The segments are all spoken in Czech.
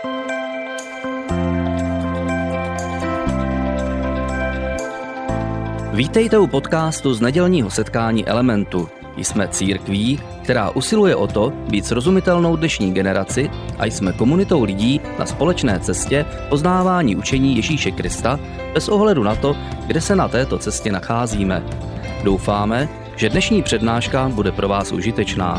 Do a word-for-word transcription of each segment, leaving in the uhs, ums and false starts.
Vítejte u podcastu z nedělního setkání Elementu. Jsme církví, která usiluje o to být srozumitelnou dnešní generaci a jsme komunitou lidí na společné cestě poznávání učení Ježíše Krista bez ohledu na to, kde se na této cestě nacházíme. Doufáme, že dnešní přednáška bude pro vás užitečná.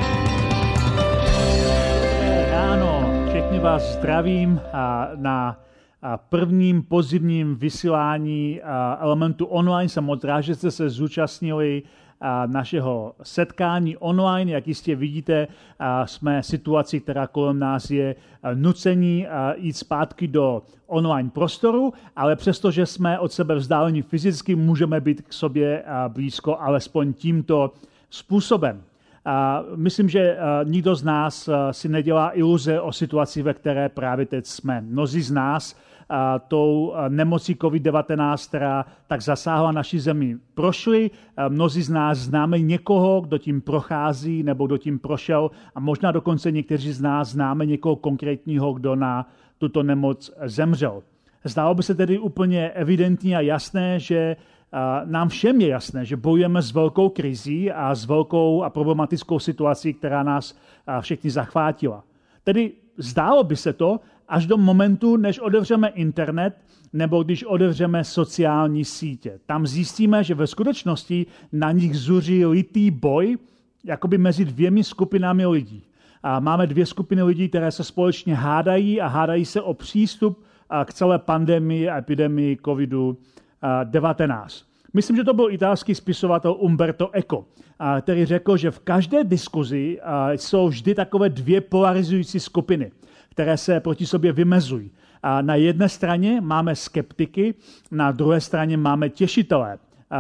Ráno, všechny vás zdravím na prvním podzimním vysílání Elementu online. Jsem moc rád, že jste se zúčastnili našeho setkání online. Jak jistě vidíte, jsme v situaci, která kolem nás je nucení jít zpátky do online prostoru, ale přestože jsme od sebe vzdáleni fyzicky, můžeme být k sobě blízko alespoň tímto způsobem. Myslím, že nikdo z nás si nedělá iluze o situaci, ve které právě teď jsme. Mnozí z nás tou nemocí covid devatenáct, která tak zasáhla naši zemi, prošli. Mnozí z nás známe někoho, kdo tím prochází nebo kdo tím prošel a možná dokonce někteří z nás známe někoho konkrétního, kdo na tuto nemoc zemřel. Zdálo by se tedy úplně evidentní a jasné, že nám všem je jasné, že bojujeme s velkou krizí a s velkou a problematickou situací, která nás všechny zachvátila. Tedy zdálo by se to až do momentu, než otevřeme internet nebo když otevřeme sociální sítě. Tam zjistíme, že ve skutečnosti na nich zuří litý boj jakoby mezi dvěmi skupinami lidí. A máme dvě skupiny lidí, které se společně hádají a hádají se o přístup k celé pandemii a epidemii covid devatenáct. Myslím, že to byl italský spisovatel Umberto Eco, který řekl, že v každé diskuzi jsou vždy takové dvě polarizující skupiny, které se proti sobě vymezují. Na jedné straně máme skeptiky, na druhé straně máme těšitele.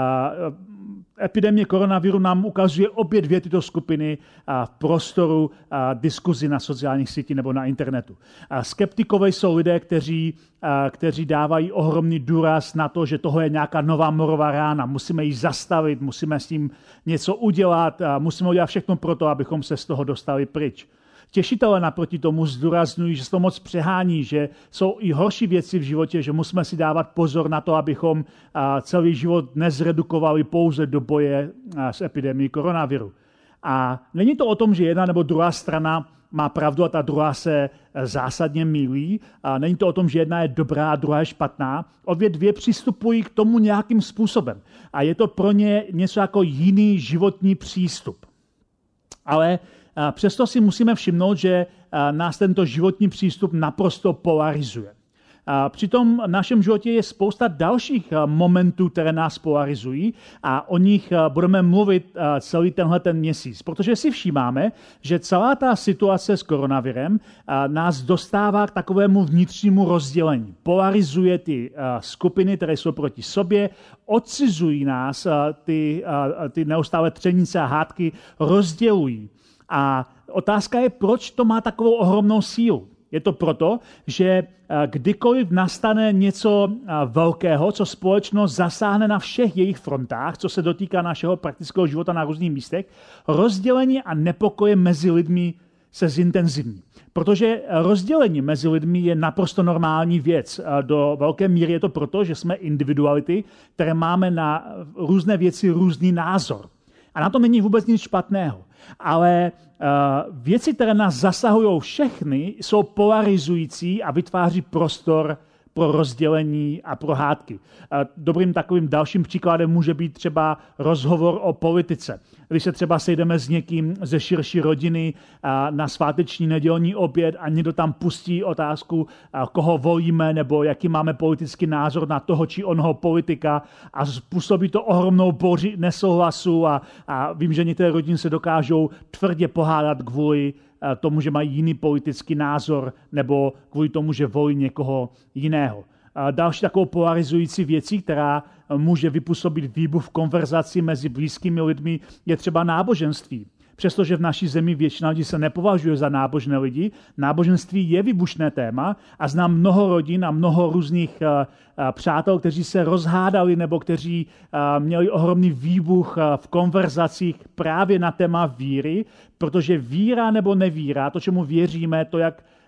Epidemie koronaviru nám ukazuje obě dvě tyto skupiny v prostoru diskuzi na sociálních sítích nebo na internetu. Skeptikové jsou lidé, kteří, kteří dávají ohromný důraz na to, že toho je nějaká nová morová rána. Musíme ji zastavit, musíme s tím něco udělat, musíme udělat všechno pro to, abychom se z toho dostali pryč. Těšitelé naproti tomu zdůrazňují, že se to moc přehání, že jsou i horší věci v životě, že musíme si dávat pozor na to, abychom celý život nezredukovali pouze do boje s epidemií koronaviru. A není to o tom, že jedna nebo druhá strana má pravdu a ta druhá se zásadně mýlí. A není to o tom, že jedna je dobrá a druhá je špatná. Obě dvě přistupují k tomu nějakým způsobem. A je to pro ně něco jako jiný životní přístup. Ale přesto si musíme všimnout, že nás tento životní přístup naprosto polarizuje. Přitom v našem životě je spousta dalších momentů, které nás polarizují a o nich budeme mluvit celý tenhle ten měsíc. Protože si všímáme, že celá ta situace s koronavirem nás dostává k takovému vnitřnímu rozdělení. Polarizuje ty skupiny, které jsou proti sobě, odcizují nás, ty, ty neustále třenice a hádky rozdělují. A otázka je, proč to má takovou ohromnou sílu. Je to proto, že kdykoliv nastane něco velkého, co společnost zasáhne na všech jejich frontách, co se dotýká našeho praktického života na různých místech, rozdělení a nepokoje mezi lidmi se zintenzivní. Protože rozdělení mezi lidmi je naprosto normální věc. Do velké míry je to proto, že jsme individuality, které máme na různé věci různý názor. A na tom není vůbec nic špatného. Ale uh, věci, které nás zasahují všechny, jsou polarizující a vytváří prostor pro rozdělení a pro hádky. Dobrým takovým dalším příkladem může být třeba rozhovor o politice. Když se třeba sejdeme s někým ze širší rodiny na sváteční nedělní oběd a někdo tam pustí otázku, koho volíme nebo jaký máme politický názor na toho či onoho politika a způsobí to ohromnou bouři nesouhlasu a, a vím, že některé rodiny se dokážou tvrdě pohádat kvůli tomu, že mají jiný politický názor nebo kvůli tomu, že volí někoho jiného. Další takovou polarizující věcí, která může vypůsobit výbuch v konverzaci mezi blízkými lidmi, je třeba náboženství. Přestože v naší zemi většina lidí se nepovažuje za nábožné lidi, náboženství je výbušné téma a znám mnoho rodin a mnoho různých přátel, kteří se rozhádali nebo kteří měli ohromný výbuch v konverzacích právě na téma víry, protože víra nebo nevíra, to, čemu věříme, to, jak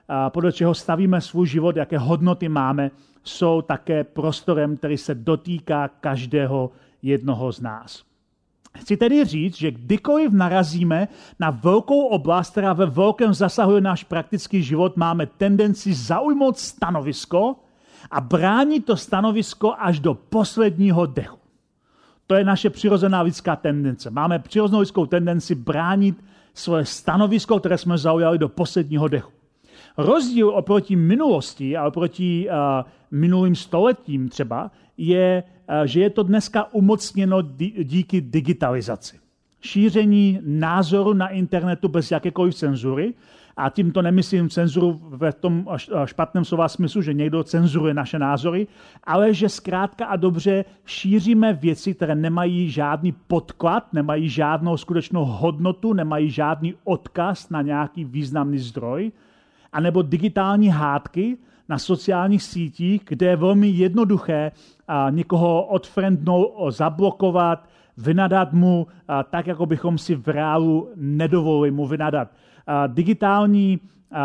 podle čeho stavíme svůj život, jaké hodnoty máme, jsou také prostorem, který se dotýká každého jednoho z nás. Chci tedy říct, že kdykoliv narazíme na velkou oblast, která ve velkém zasahuje náš praktický život, máme tendenci zaujmout stanovisko a bránit to stanovisko až do posledního dechu. To je naše přirozená lidská tendence. Máme přirozenou lidskou tendenci bránit svoje stanovisko, které jsme zaujali do posledního dechu. Rozdíl oproti minulosti a oproti uh, minulým stoletím třeba je, uh, že je to dneska umocněno dí- díky digitalizaci. Šíření názoru na internetu bez jakékoliv cenzury, a tímto nemyslím cenzuru ve tom špatném slova smyslu, že někdo cenzuruje naše názory, ale že zkrátka a dobře šíříme věci, které nemají žádný podklad, nemají žádnou skutečnou hodnotu, nemají žádný odkaz na nějaký významný zdroj, anebo digitální hádky na sociálních sítích, kde je velmi jednoduché někoho odfriendnout, zablokovat, vynadat mu, tak jako bychom si v reálu nedovolili mu vynadat. Digitální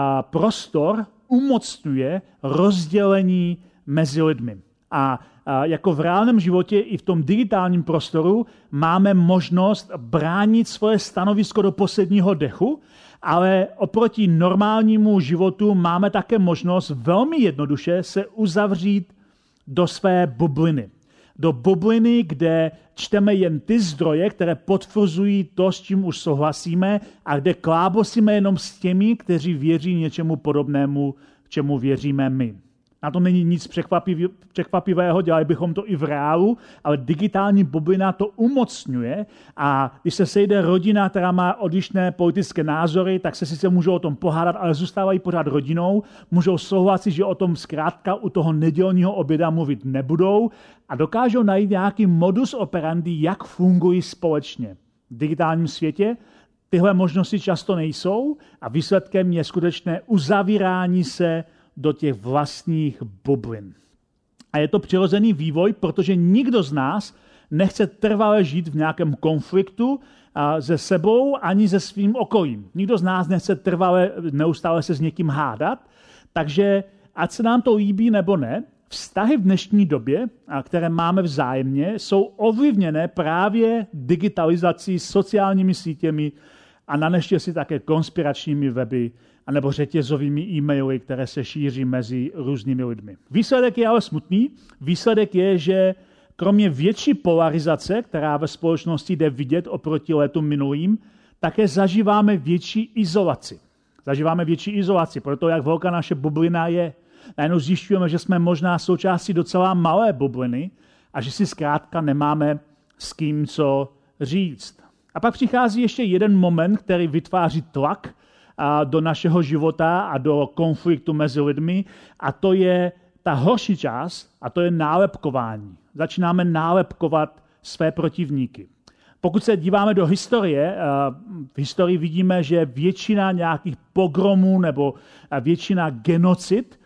prostor umocňuje rozdělení mezi lidmi. A jako v reálném životě i v tom digitálním prostoru máme možnost bránit svoje stanovisko do posledního dechu, ale oproti normálnímu životu máme také možnost velmi jednoduše se uzavřít do své bubliny. Do bubliny, kde čteme jen ty zdroje, které potvrzují to, s čím už souhlasíme, a kde klábosíme jenom s těmi, kteří věří něčemu podobnému, čemu věříme my. Na tom není nic překvapivého, dělali bychom to i v reálu, ale digitální bublina to umocňuje a když se sejde rodina, která má odlišné politické názory, tak se sice můžou o tom pohádat, ale zůstávají pořád rodinou, můžou souhlasit, že o tom zkrátka u toho nedělního oběda mluvit nebudou a dokážou najít nějaký modus operandi, jak fungují společně. V digitálním světě tyhle možnosti často nejsou a výsledkem je skutečné uzavírání se do těch vlastních bublin. A je to přirozený vývoj, protože nikdo z nás nechce trvale žít v nějakém konfliktu se sebou ani se svým okolím. Nikdo z nás nechce trvale neustále se s někým hádat, takže ať se nám to líbí nebo ne, vztahy v dnešní době, které máme vzájemně, jsou ovlivněné právě digitalizací, sociálními sítěmi a na neštěstí také konspiračními weby anebo řetězovými e-maily, které se šíří mezi různými lidmi. Výsledek je ale smutný. Výsledek je, že kromě větší polarizace, která ve společnosti jde vidět oproti letům minulým, také zažíváme větší izolaci. Zažíváme větší izolaci, proto jak velká naše bublina je. Najednou zjišťujeme, že jsme možná součástí docela malé bubliny a že si zkrátka nemáme s kým co říct. A pak přichází ještě jeden moment, který vytváří tlak do našeho života a do konfliktu mezi lidmi, a to je ta horší část, a to je nálepkování. Začínáme nálepkovat své protivníky. Pokud se díváme do historie, v historii vidíme, že většina nějakých pogromů nebo většina genocid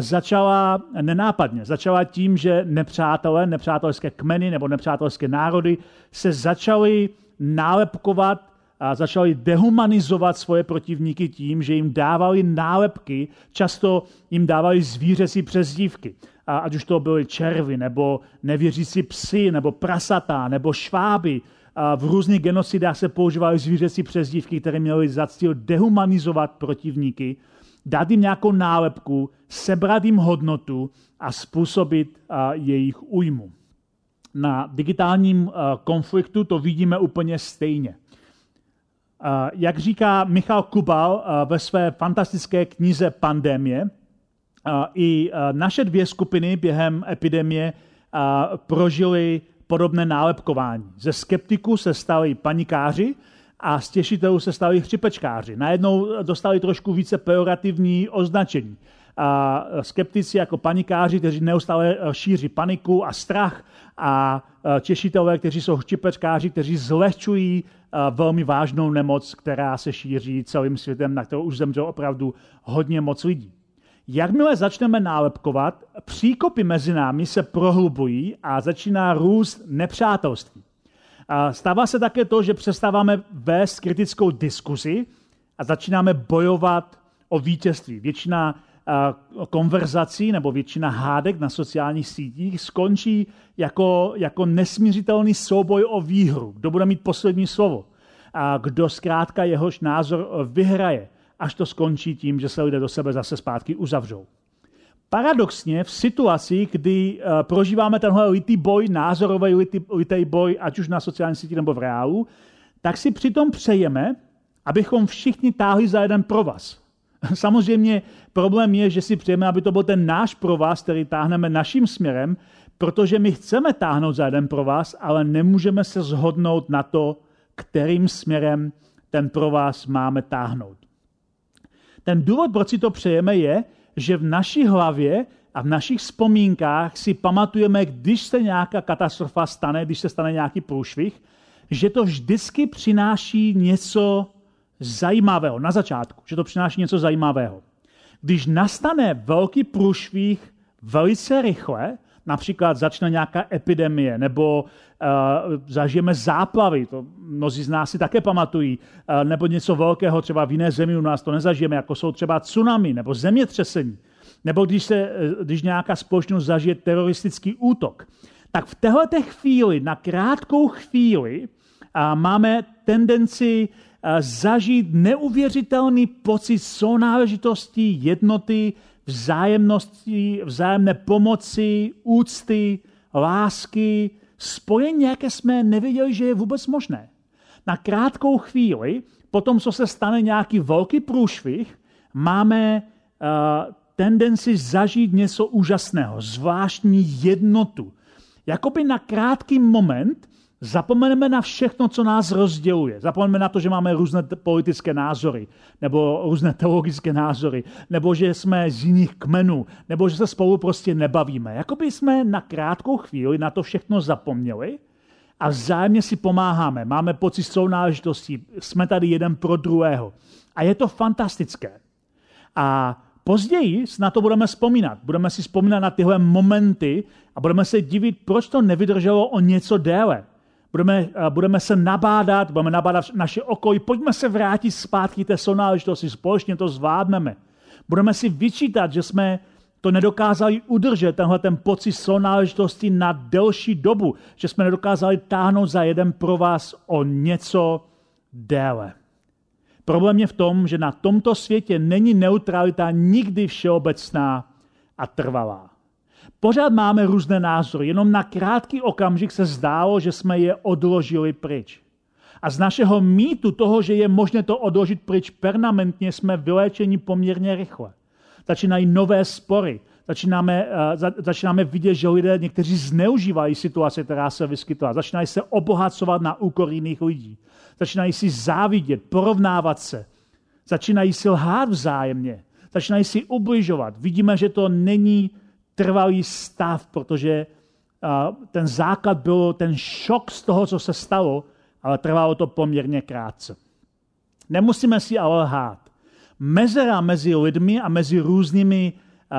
začala nenápadně. Začala tím, že nepřátelé, nepřátelské kmeny nebo nepřátelské národy se začaly nálepkovat a začali dehumanizovat svoje protivníky tím, že jim dávali nálepky, často jim dávali zvířecí přezdívky. A ať už to byly červy, nebo nevěřící psy, nebo prasata, nebo šváby. A v různých genocidách se používaly zvířecí přezdívky, které měly za cíl dehumanizovat protivníky, dát jim nějakou nálepku, sebrat jim hodnotu a způsobit a, jejich újmu. Na digitálním a, konfliktu to vidíme úplně stejně. Jak říká Michal Kubal ve své fantastické knize Pandemie, i naše dvě skupiny během epidemie prožily podobné nálepkování. Ze skeptiků se stali panikáři a z těšitelů se stali chřipečkáři. Najednou dostali trošku více pejorativní označení. A skeptici jako panikáři, kteří neustále šíří paniku a strach, a těšitelé, kteří jsou chřipečkáři, kteří zlehčují velmi vážnou nemoc, která se šíří celým světem, na kterou už zemřelo opravdu hodně moc lidí. Jakmile začneme nálepkovat, příkopy mezi námi se prohlubují a začíná růst nepřátelství. A stává se také to, že přestáváme vést kritickou diskuzi a začínáme bojovat o vítězství. Většina uh, konverzací nebo většina hádek na sociálních sítích skončí jako, jako nesmířitelný souboj o výhru. Kdo bude mít poslední slovo? A kdo zkrátka jehož názor vyhraje, až to skončí tím, že se lidé do sebe zase zpátky uzavřou. Paradoxně v situaci, kdy uh, prožíváme tenhle litý boj, názorový litý, litý boj, ať už na sociální síti nebo v reálu, tak si přitom přejeme, abychom všichni táhli za jeden provaz. Samozřejmě problém je, že si přejeme, aby to byl ten náš provaz, který táhneme naším směrem, protože my chceme táhnout za jeden provaz, ale nemůžeme se shodnout na to, kterým směrem ten provaz máme táhnout. Ten důvod, proč si to přejeme, je, že v naší hlavě a v našich vzpomínkách si pamatujeme, když se nějaká katastrofa stane, když se stane nějaký průšvih, že to vždycky přináší něco zajímavého na začátku, že to přináší něco zajímavého. Když nastane velký průšvih velice rychle, například začne nějaká epidemie, nebo uh, zažijeme záplavy, to mnozí z nás si také pamatují, uh, nebo něco velkého, třeba v jiné zemi u nás to nezažijeme, jako jsou třeba tsunami nebo zemětřesení, nebo když, se, když nějaká společnost zažije teroristický útok, tak v této chvíli, na krátkou chvíli, uh, máme tendenci uh, zažít neuvěřitelný pocit sounáležitosti, jednoty, vzájemnosti, vzájemné pomoci, úcty, lásky, spojení, jaké jsme nevěděli, že je vůbec možné. Na krátkou chvíli, potom, co se stane nějaký velký průšvih, máme uh, tendenci zažít něco úžasného, zvláštní jednotu. Jakoby na krátký moment zapomeneme na všechno, co nás rozděluje. Zapomeneme na to, že máme různé politické názory, nebo různé teologické názory, nebo že jsme z jiných kmenů, nebo že se spolu prostě nebavíme. Jakoby jsme na krátkou chvíli na to všechno zapomněli a vzájemně si pomáháme. Máme pocit sounáležitosti, jsme tady jeden pro druhého. A je to fantastické. A později na to budeme vzpomínat. Budeme si vzpomínat na tyhle momenty a budeme se divit, proč to nevydrželo o něco déle. Budeme, budeme se nabádat, budeme nabádat naše okolí, pojďme se vrátit zpátky té sounáležitosti, společně to zvládneme. Budeme si vyčítat, že jsme to nedokázali udržet, tenhle ten pocit sounáležitosti na delší dobu, že jsme nedokázali táhnout za jeden provaz o něco déle. Problém je v tom, že na tomto světě není neutralita nikdy všeobecná a trvalá. Pořád máme různé názory, jenom na krátký okamžik se zdálo, že jsme je odložili pryč. A z našeho mýtu toho, že je možné to odložit pryč permanentně, jsme vyléčeni poměrně rychle. Začínají nové spory, začínáme, uh, začínáme vidět, že lidé někteří zneužívají situaci, která se vyskytla, začínají se obohacovat na úkor jiných lidí, začínají si závidět, porovnávat se, začínají si lhát vzájemně, začínají si ubližovat. Vidíme, že to není trvalý stav, protože uh, ten základ byl ten šok z toho, co se stalo, ale trvalo to poměrně krátce. Nemusíme si ale lhát. Mezera mezi lidmi a mezi různými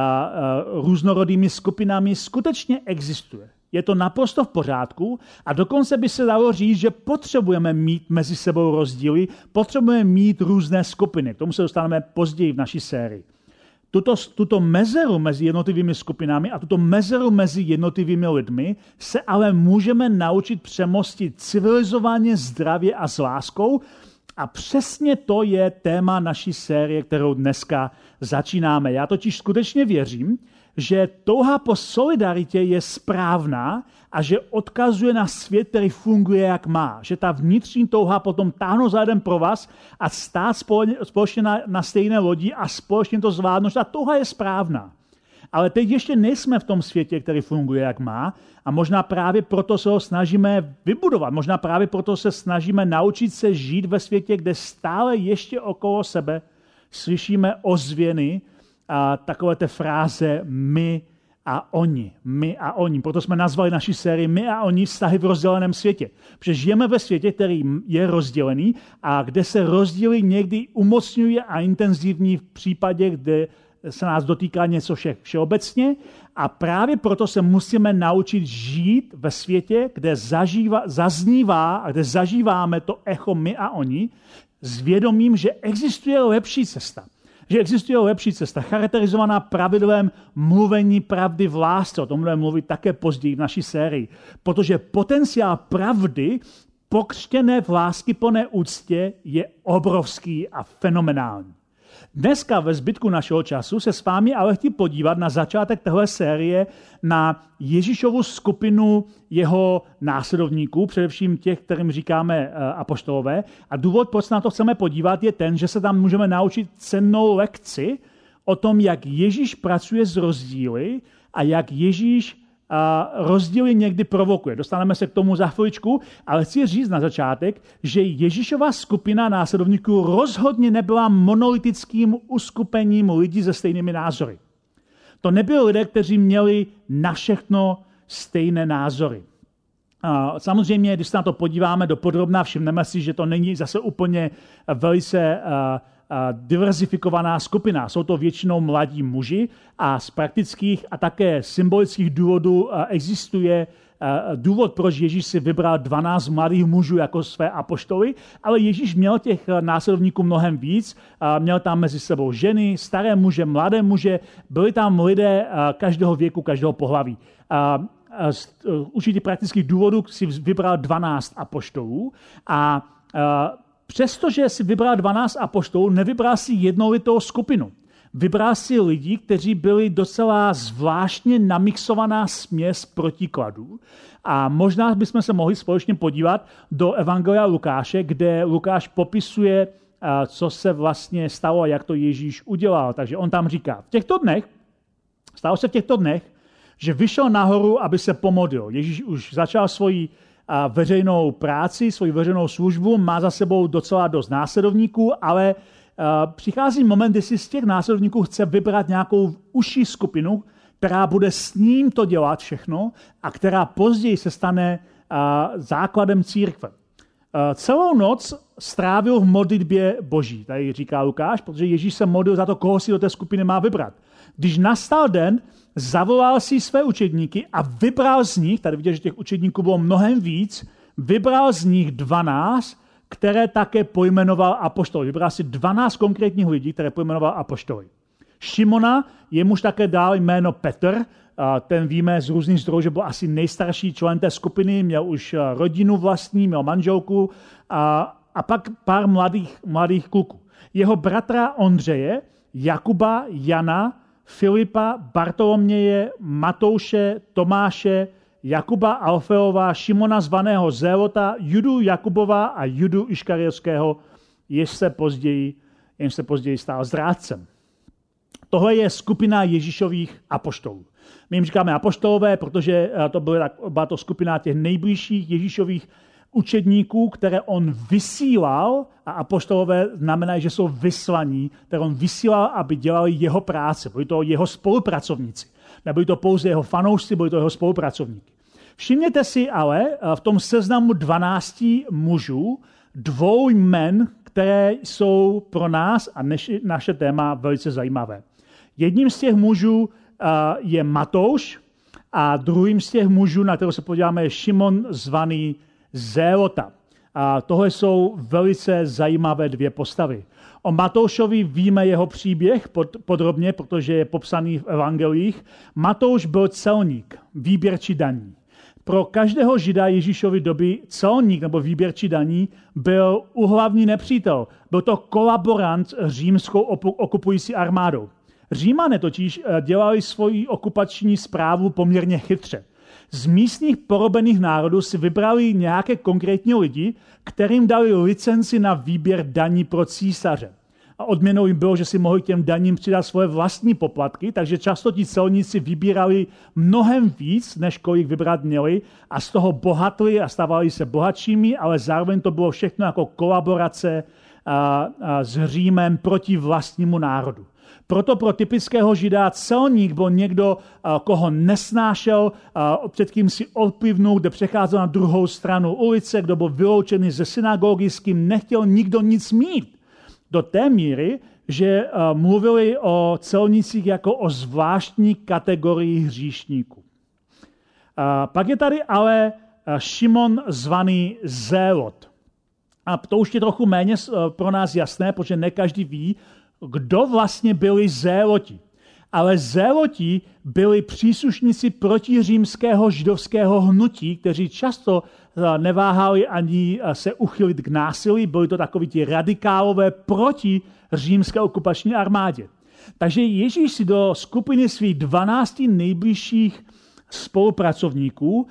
uh, uh, různorodými skupinami skutečně existuje. Je to naprosto v pořádku a dokonce by se dalo říct, že potřebujeme mít mezi sebou rozdíly, potřebujeme mít různé skupiny. K tomu se dostaneme později v naší sérii. Tuto, tuto mezeru mezi jednotlivými skupinami a tuto mezeru mezi jednotlivými lidmi se ale můžeme naučit přemostit civilizovaně, zdravě a s láskou. A přesně to je téma naší série, kterou dneska začínáme. Já totiž skutečně věřím, že touha po solidaritě je správná a že odkazuje na svět, který funguje, jak má. Že ta vnitřní touha potom táhnout za jeden provaz a stát společně na, na stejné lodi a společně to zvládnout. Ta touha je správná. Ale teď ještě nejsme v tom světě, který funguje, jak má, a možná právě proto se ho snažíme vybudovat. Možná právě proto se snažíme naučit se žít ve světě, kde stále ještě okolo sebe slyšíme ozvěny a takové ty fráze my a oni, my a oni. Proto jsme nazvali naši sérii My a oni, vztahy v rozděleném světě. Protože žijeme ve světě, který je rozdělený a kde se rozdíly někdy umocňují a intenzivní v případě, kde se nás dotýká něco vše, všeobecně, a právě proto se musíme naučit žít ve světě, kde zažívá, zaznívá a kde zažíváme to echo my a oni, s vědomím, že existuje lepší cesta. že existuje lepší cesta, charakterizovaná pravidlem mluvení pravdy v lásce. O tom budeme mluvit také později v naší sérii. Protože potenciál pravdy pokřtěné v láskyplné úctě je obrovský a fenomenální. Dneska ve zbytku našeho času se s vámi ale chci podívat na začátek téhle série na Ježíšovu skupinu jeho následovníků, především těch, kterým říkáme apoštolové. A důvod, proč se na to chceme podívat, je ten, že se tam můžeme naučit cennou lekci o tom, jak Ježíš pracuje s rozdíly a jak Ježíš a rozdíly někdy provokuje. Dostaneme se k tomu za chviličku, ale chci říct na začátek, že Ježíšova skupina následovníků rozhodně nebyla monolitickým uskupením lidí se stejnými názory. To nebyli lidé, kteří měli na všechno stejné názory. A samozřejmě, když se na to podíváme do podrobna, všimneme si, že to není zase úplně velice diverzifikovaná skupina. Jsou to většinou mladí muži a z praktických a také symbolických důvodů existuje důvod, proč Ježíš si vybral dvanáct mladých mužů jako své apoštoly, ale Ježíš měl těch následovníků mnohem víc. Měl tam mezi sebou ženy, staré muže, mladé muže, byli tam lidé každého věku, každého pohlaví. Z určitě praktických důvodů si vybral dvanáct apoštolů a přestože si vybral dvanáct apoštolů, nevybral si jednolitou skupinu. Vybral si lidi, kteří byli docela zvláštně namixovaná směs protikladů. A možná bychom se mohli společně podívat do Evangelia Lukáše, kde Lukáš popisuje, co se vlastně stalo a jak to Ježíš udělal. Takže on tam říká, v těchto dnech, stalo se v těchto dnech, že vyšel nahoru, aby se pomodlil. Ježíš už začal svoji a veřejnou práci, svoji veřejnou službu, má za sebou docela dost následovníků, ale uh, přichází moment, kdy si z těch následovníků chce vybrat nějakou užší skupinu, která bude s ním to dělat všechno a která později se stane uh, základem církve. Uh, celou noc strávil v modlitbě Boží, tady říká Lukáš, protože Ježíš se modlil za to, koho si do té skupiny má vybrat. Když nastal den, zavolal si své učedníky a vybral z nich, tady vidět, že těch učedníků bylo mnohem víc, vybral z nich dvanáct, které také pojmenoval apoštoly. Vybral si dvanáct konkrétních lidí, které pojmenoval apoštoly. Šimona, jemuž také dal jméno Petr, ten víme z různých zdrojů, že byl asi nejstarší člen té skupiny, měl už rodinu vlastní, měl manželku a, a pak pár mladých, mladých kluků. Jeho bratra Ondřeje, Jakuba, Jana, Filipa, Bartoloměje, Matouše, Tomáše, Jakuba Alfeova, Šimona zvaného Zélota, Judu Jakubova a Judu Iškariotského, jež se později, jež se později stal zrádcem. Tohle je skupina Ježíšových apoštolů. My jim říkáme apoštolové, protože to byla, byla to skupina těch nejbližších Ježíšových učedníků, které on vysílal, a apoštolové znamenají, že jsou vyslaní, které on vysílal, aby dělali jeho práce. Byli to jeho spolupracovníci. Nebyli to pouze jeho fanoušci, byli to jeho spolupracovníky. Všimněte si ale v tom seznamu dvanácti mužů dvou jmen, které jsou pro nás a než, naše téma velice zajímavé. Jedním z těch mužů je Matouš a druhým z těch mužů, na kterého se podíváme, je Šimon zvaný Zélota. A tohle jsou velice zajímavé dvě postavy. O Matoušovi víme jeho příběh pod, podrobně, protože je popsaný v evangelích. Matouš byl celník, výběrčí daní. Pro každého Žida Ježíšovy doby celník nebo výběrčí daní byl úhlavní nepřítel. Byl to kolaborant s římskou okupující armádou. Římané totiž dělali svoji okupační správu poměrně chytře. Z místních porobených národů si vybrali nějaké konkrétní lidi, kterým dali licenci na výběr daní pro císaře. A odměnou jim bylo, že si mohli těm daním přidat svoje vlastní poplatky, takže často ti celníci vybírali mnohem víc, než kolik vybrat měli a z toho bohatli a stávali se bohatšími, ale zároveň to bylo všechno jako kolaborace a, a s Římem proti vlastnímu národu. Proto pro typického Žida celník byl někdo, koho nesnášel, před kým si odplivnul, kde přecházel na druhou stranu ulice, kdo byl vyloučený ze synagogy, s kým nechtěl nikdo nic mít. Do té míry, že mluvili o celnících jako o zvláštní kategorii hříšníků. Pak je tady ale Šimon zvaný Zélot. A to už je trochu méně pro nás jasné, protože ne každý ví, kdo vlastně byli zéloti. Ale zéloti byli příslušníci protiřímského židovského hnutí, kteří často neváhali ani se uchylit k násilí. Byli to takoví ti radikálové proti římské okupační armádě. Takže Ježíš si do skupiny svých dvanácti nejbližších spolupracovníků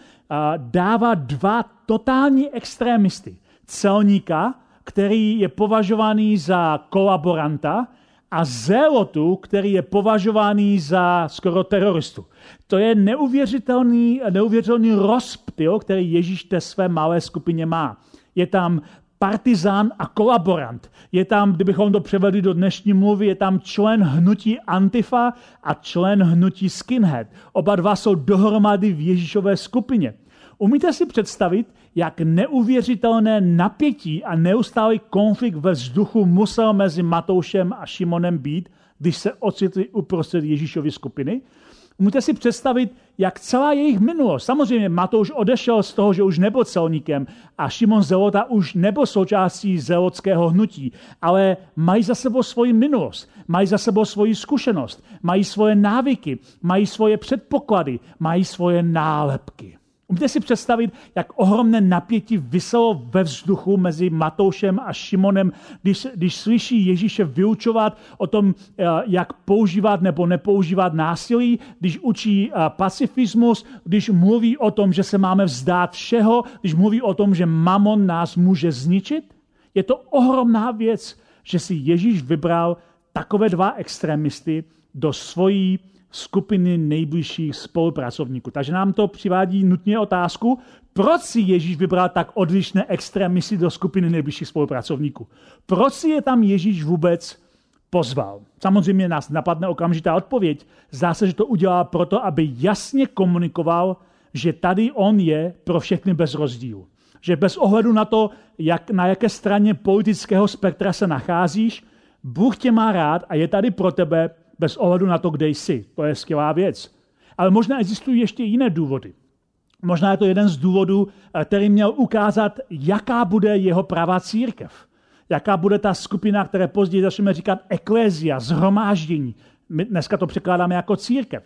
dává dva totální extrémisty. Celníka, který je považovaný za kolaboranta, a zélotu, který je považovaný za skoro teroristu. To je neuvěřitelný, neuvěřitelný rozptyl, který Ježíš v té své malé skupině má. Je tam partizán a kolaborant. Je tam, kdybychom to převedli do dnešní mluvy, je tam člen hnutí Antifa a člen hnutí Skinhead. Oba dva jsou dohromady v Ježíšové skupině. Umíte si představit, jak neuvěřitelné napětí a neustálý konflikt ve vzduchu musel mezi Matoušem a Šimonem být, když se ocitli uprostřed Ježíšovy skupiny? Umíte si představit, jak celá jejich minulost, samozřejmě Matouš odešel z toho, že už nebyl celníkem a Šimon Zelota už nebyl součástí zelotského hnutí, ale mají za sebou svoji minulost, mají za sebou svoji zkušenost, mají svoje návyky, mají svoje předpoklady, mají svoje nálepky. Umíte si představit, jak ohromné napětí viselo ve vzduchu mezi Matoušem a Šimonem, když, když slyší Ježíše vyučovat o tom, jak používat nebo nepoužívat násilí, když učí pacifismus, když mluví o tom, že se máme vzdát všeho, když mluví o tom, že mamon nás může zničit? Je to ohromná věc, že si Ježíš vybral takové dva extrémisty do svojí skupiny nejbližších spolupracovníků. Takže nám to přivádí nutně otázku, proč si Ježíš vybral tak odlišné extrémisty do skupiny nejbližších spolupracovníků. Proč si je tam Ježíš vůbec pozval? Samozřejmě nás napadne okamžitá odpověď. Zdá se, že to udělal proto, aby jasně komunikoval, že tady on je pro všechny bez rozdílu. Že bez ohledu na to, jak, na jaké straně politického spektra se nacházíš, Bůh tě má rád a je tady pro tebe bez ohledu na to, kde jsi. To je skvělá věc. Ale možná existují ještě jiné důvody. Možná je to jeden z důvodů, který měl ukázat, jaká bude jeho pravá církev. Jaká bude ta skupina, které později začneme říkat eklézia, shromáždění. My dneska to překládáme jako církev.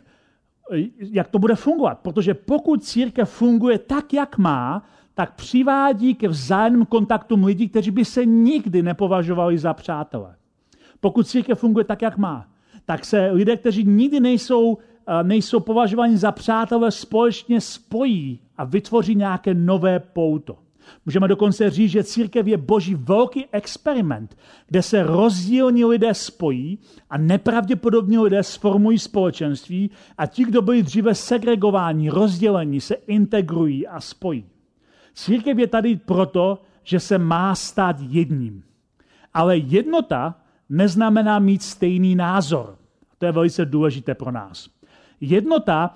Jak to bude fungovat? Protože pokud církev funguje tak, jak má, tak přivádí ke vzájemným kontaktům lidí, kteří by se nikdy nepovažovali za přátelé. Pokud církev funguje tak, jak má, tak se lidé, kteří nikdy nejsou, nejsou považováni za přátelé, společně spojí a vytvoří nějaké nové pouto. Můžeme dokonce říct, že církev je Boží velký experiment, kde se rozdílní lidé spojí a nepravděpodobní lidé sformují společenství a ti, kdo byli dříve segregováni, rozdělení, se integrují a spojí. Církev je tady proto, že se má stát jedním. Ale jednota neznamená mít stejný názor. To je velice důležité pro nás. Jednota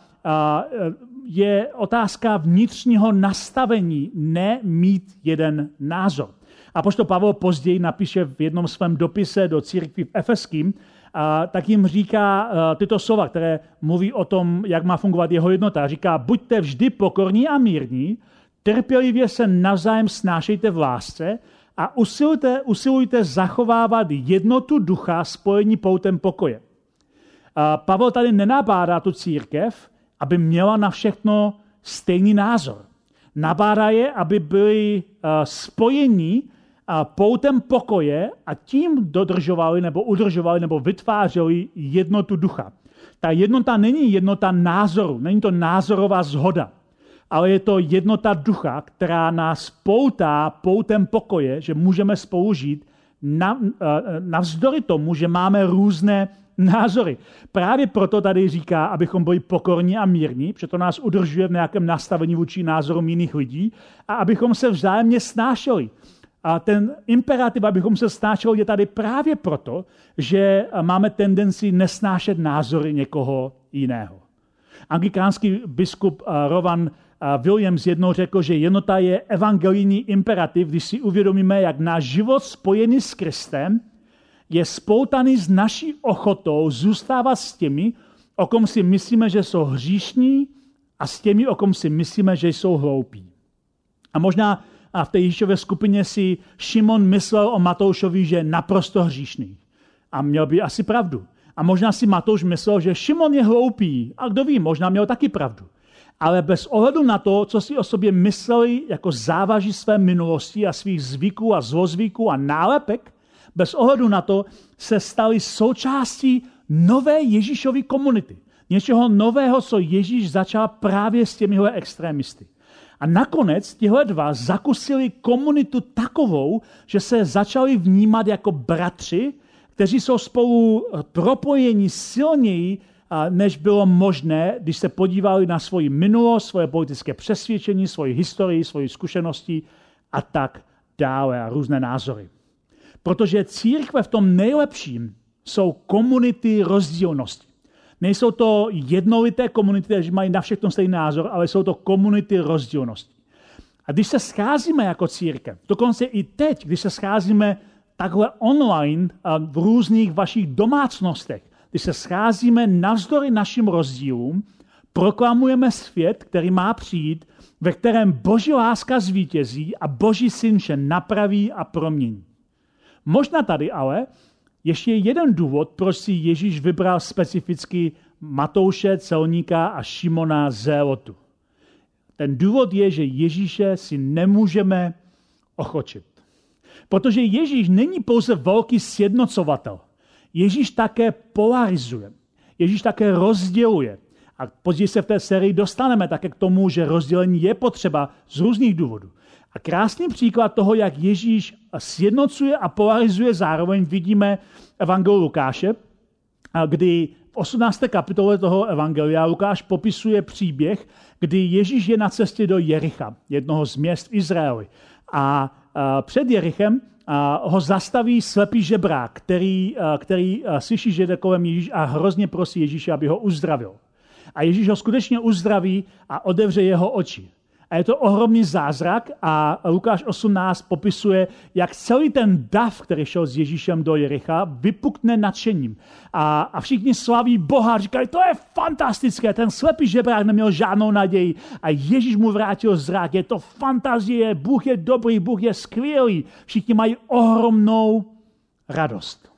je otázka vnitřního nastavení, ne mít jeden názor. Apoštol Pavel později napíše v jednom svém dopise do církví v Efeským, tak jim říká tyto slova, které mluví o tom, jak má fungovat jeho jednota. Říká, buďte vždy pokorní a mírní, trpělivě se navzájem snášejte v lásce, a usilujte, usilujte zachovávat jednotu ducha spojení poutem pokoje. A Pavel tady nenabádá tu církev, aby měla na všechno stejný názor. Nabádá je, aby byli spojení poutem pokoje a tím dodržovali nebo udržovali nebo vytvářeli jednotu ducha. Ta jednota není jednota názoru, není to názorová shoda, ale je to jednota ducha, která nás poutá poutem pokoje, že můžeme spolu žít navzdory tomu, že máme různé názory. Právě proto tady říká, abychom byli pokorní a mírní, protože to nás udržuje v nějakém nastavení vůči názorům jiných lidí a abychom se vzájemně snášeli. A ten imperativ, abychom se snášeli, je tady právě proto, že máme tendenci nesnášet názory někoho jiného. Anglikánský biskup Rowan Williams jednou řekl, že jednota je evangelijní imperativ, když si uvědomíme, jak náš život spojený s Kristem je spoutaný s naší ochotou zůstávat s těmi, o kom si myslíme, že jsou hříšní, a s těmi, o kom si myslíme, že jsou hloupí. A možná v té Ježíšové skupině si Šimon myslel o Matoušovi, že je naprosto hříšný. A měl by asi pravdu. A možná si Matouš myslel, že Šimon je hloupý. A kdo ví, možná měl taky pravdu. Ale bez ohledu na to, co si o sobě mysleli jako závaží své minulosti a svých zvyků a zlozvyků a nálepek, bez ohledu na to se stali součástí nové Ježíšovy komunity. Něčeho nového, co Ježíš začal právě s těmihle extrémisty. A nakonec tihle dva zakusili komunitu takovou, že se začali vnímat jako bratři, kteří jsou spolu propojeni silněji, než bylo možné, když se podívali na svoji minulost, svoje politické přesvědčení, svoji historii, svoji zkušenosti a tak dále a různé názory. Protože církve v tom nejlepším jsou komunity rozdílnosti. Nejsou to jednolité komunity, které mají na všechno stejný názor, ale jsou to komunity rozdílnosti. A když se scházíme jako církev, dokonce i teď, když se scházíme takhle online v různých vašich domácnostech, když se scházíme navzdory našim rozdílům, proklamujeme svět, který má přijít, ve kterém Boží láska zvítězí a Boží syn vše napraví a promění. Možná tady ale ještě jeden důvod, proč si Ježíš vybral specificky Matouše, celníka a Šimona zélotu. Ten důvod je, že Ježíše si nemůžeme ochočit. Protože Ježíš není pouze velký sjednocovatel. Ježíš také polarizuje. Ježíš také rozděluje. A později se v té sérii dostaneme také k tomu, že rozdělení je potřeba z různých důvodů. A krásný příklad toho, jak Ježíš sjednocuje a polarizuje zároveň, vidíme evangeliu Lukáše, kdy v osmnácté kapitole toho evangelia Lukáš popisuje příběh, kdy Ježíš je na cestě do Jericha, jednoho z měst Izraeli. A před Jerichem ho zastaví slepý žebrák, který, který slyší, že jde kolem Ježíš a hrozně prosí Ježíše, aby ho uzdravil. A Ježíš ho skutečně uzdraví a otevře jeho oči. A je to ohromný zázrak a Lukáš osmnáct popisuje, jak celý ten dav, který šel s Ježíšem do Jericha, vypukne nadšením. A, a všichni slaví Boha a říkají, to je fantastické, ten slepý žebrák neměl žádnou naději a Ježíš mu vrátil zrak, je to fantazie, Bůh je dobrý, Bůh je skvělý. Všichni mají ohromnou radost.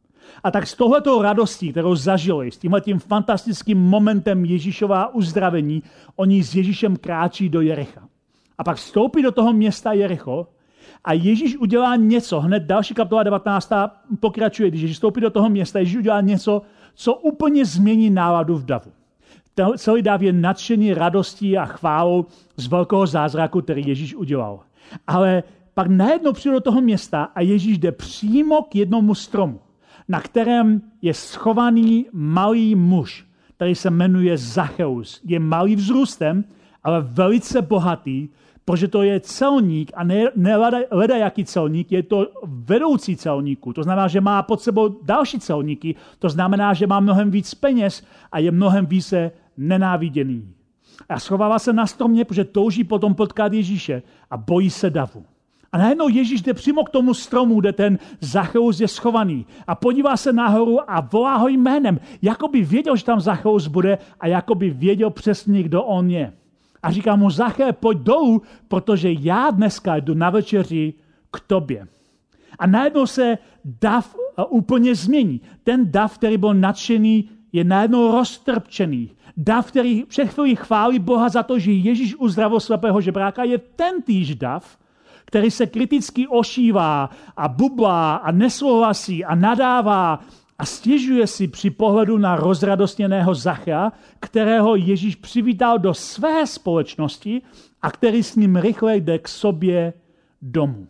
A tak s touhletou radostí, kterou zažili, s tímhletím fantastickým momentem Ježíšova uzdravení, oni s Ježíšem kráčí do Jericha. A pak vstoupí do toho města Jericho a Ježíš udělá něco, hned další kapitola devatenáctá pokračuje, když Ježíš vstoupí do toho města, Ježíš udělá něco, co úplně změní náladu v davu. Celý dav je nadšený radostí a chválou z velkého zázraku, který Ježíš udělal. Ale pak najednou přijde do toho města a Ježíš jde přímo k jednomu stromu, na kterém je schovaný malý muž, který se jmenuje Zacheus. Je malý vzrůstem, ale velice bohatý, protože to je celník a ne, ne leda jaký celník, je to vedoucí celníků. To znamená, že má pod sebou další celníky, to znamená, že má mnohem víc peněz a je mnohem více nenáviděný. A schovává se na stromě, protože touží potom potkat Ježíše a bojí se davu. A najednou Ježíš jde přímo k tomu stromu, kde ten Zacheus je schovaný. A podívá se nahoru a volá ho jménem. Jakoby věděl, že tam Zacheus bude a jakoby věděl přesně, kdo on je. A říká mu, Zache, pojď dolů, protože já dneska jdu na večeři k tobě. A najednou se dav úplně změní. Ten dav, který byl nadšený, je najednou roztrpčený. Dav, který před chvílí chválí Boha za to, že Ježíš uzdravil slepého žebráka, je ten týž dav, který se kriticky ošívá a bublá a nesouhlasí a nadává a stěžuje si při pohledu na rozradostněného Zachea, kterého Ježíš přivítal do své společnosti a který s ním rychle jde k sobě domů.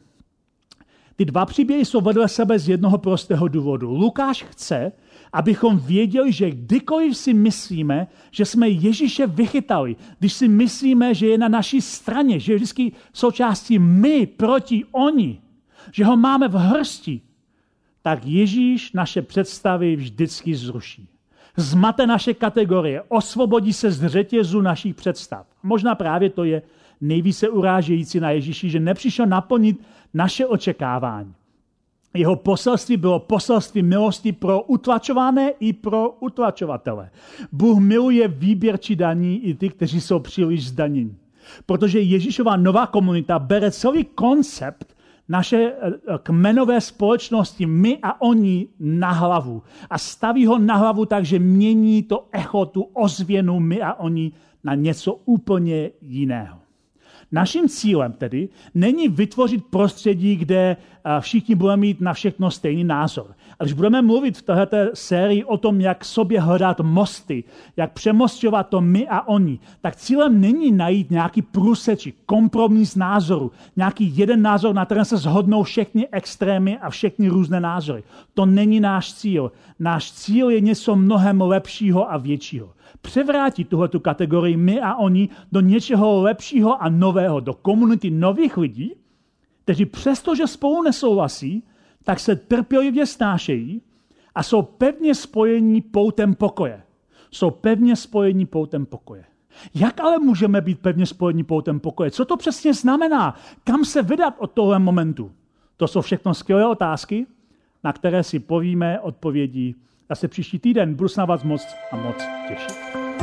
Ty dva příběhy jsou vedle sebe z jednoho prostého důvodu. Lukáš chce, abychom věděli, že kdykoliv si myslíme, že jsme Ježíše vychytali, když si myslíme, že je na naší straně, že je vždycky součástí my proti oni, že ho máme v hrsti, tak Ježíš naše představy vždycky zruší. Zmate naše kategorie, osvobodí se z řetězu našich představ. Možná právě to je nejvíce urážející na Ježíši, že nepřišel naplnit naše očekávání. Jeho poselství bylo poselství milosti pro utlačované i pro utlačovatele. Bůh miluje výběrčí daní i ty, kteří jsou příliš zdaněni. Protože Ježíšova nová komunita bere celý koncept naše kmenové společnosti my a oni na hlavu. A staví ho na hlavu tak, že mění to echo, tu ozvěnu my a oni na něco úplně jiného. Naším cílem tedy není vytvořit prostředí, kde všichni budeme mít na všechno stejný názor. A když budeme mluvit v této sérii o tom, jak sobě hledat mosty, jak přemostovat to my a oni, tak cílem není najít nějaký průsečík, kompromis názoru, nějaký jeden názor, na kterém se shodnou všechny extrémy a všechny různé názory. To není náš cíl. Náš cíl je něco mnohem lepšího a většího. Převrátit tuhletu kategorii my a oni do něčeho lepšího a nového, do komunity nových lidí, kteří přestože spolu nesouhlasí, tak se trpělivě snášejí a jsou pevně spojení poutem pokoje. Jsou pevně spojení poutem pokoje. Jak ale můžeme být pevně spojení poutem pokoje? Co to přesně znamená? Kam se vydat od tohle momentu? To jsou všechno skvělé otázky, na které si povíme odpovědi zase příští týden. Budu se na vás moc a moc těšit.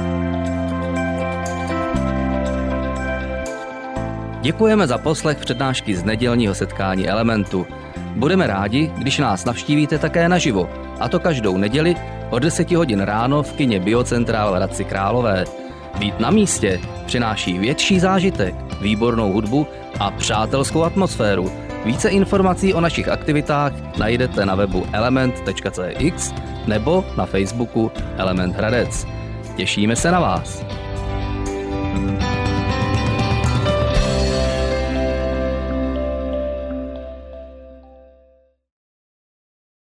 Děkujeme za poslech přednášky z nedělního setkání Elementu. Budeme rádi, když nás navštívíte také naživo, a to každou neděli od deseti hodin ráno v kině Biocentrál v Hradci Králové. Být na místě přináší větší zážitek, výbornou hudbu a přátelskou atmosféru. Více informací o našich aktivitách najdete na webu element tečka c x nebo na Facebooku Element Hradec. Těšíme se na vás.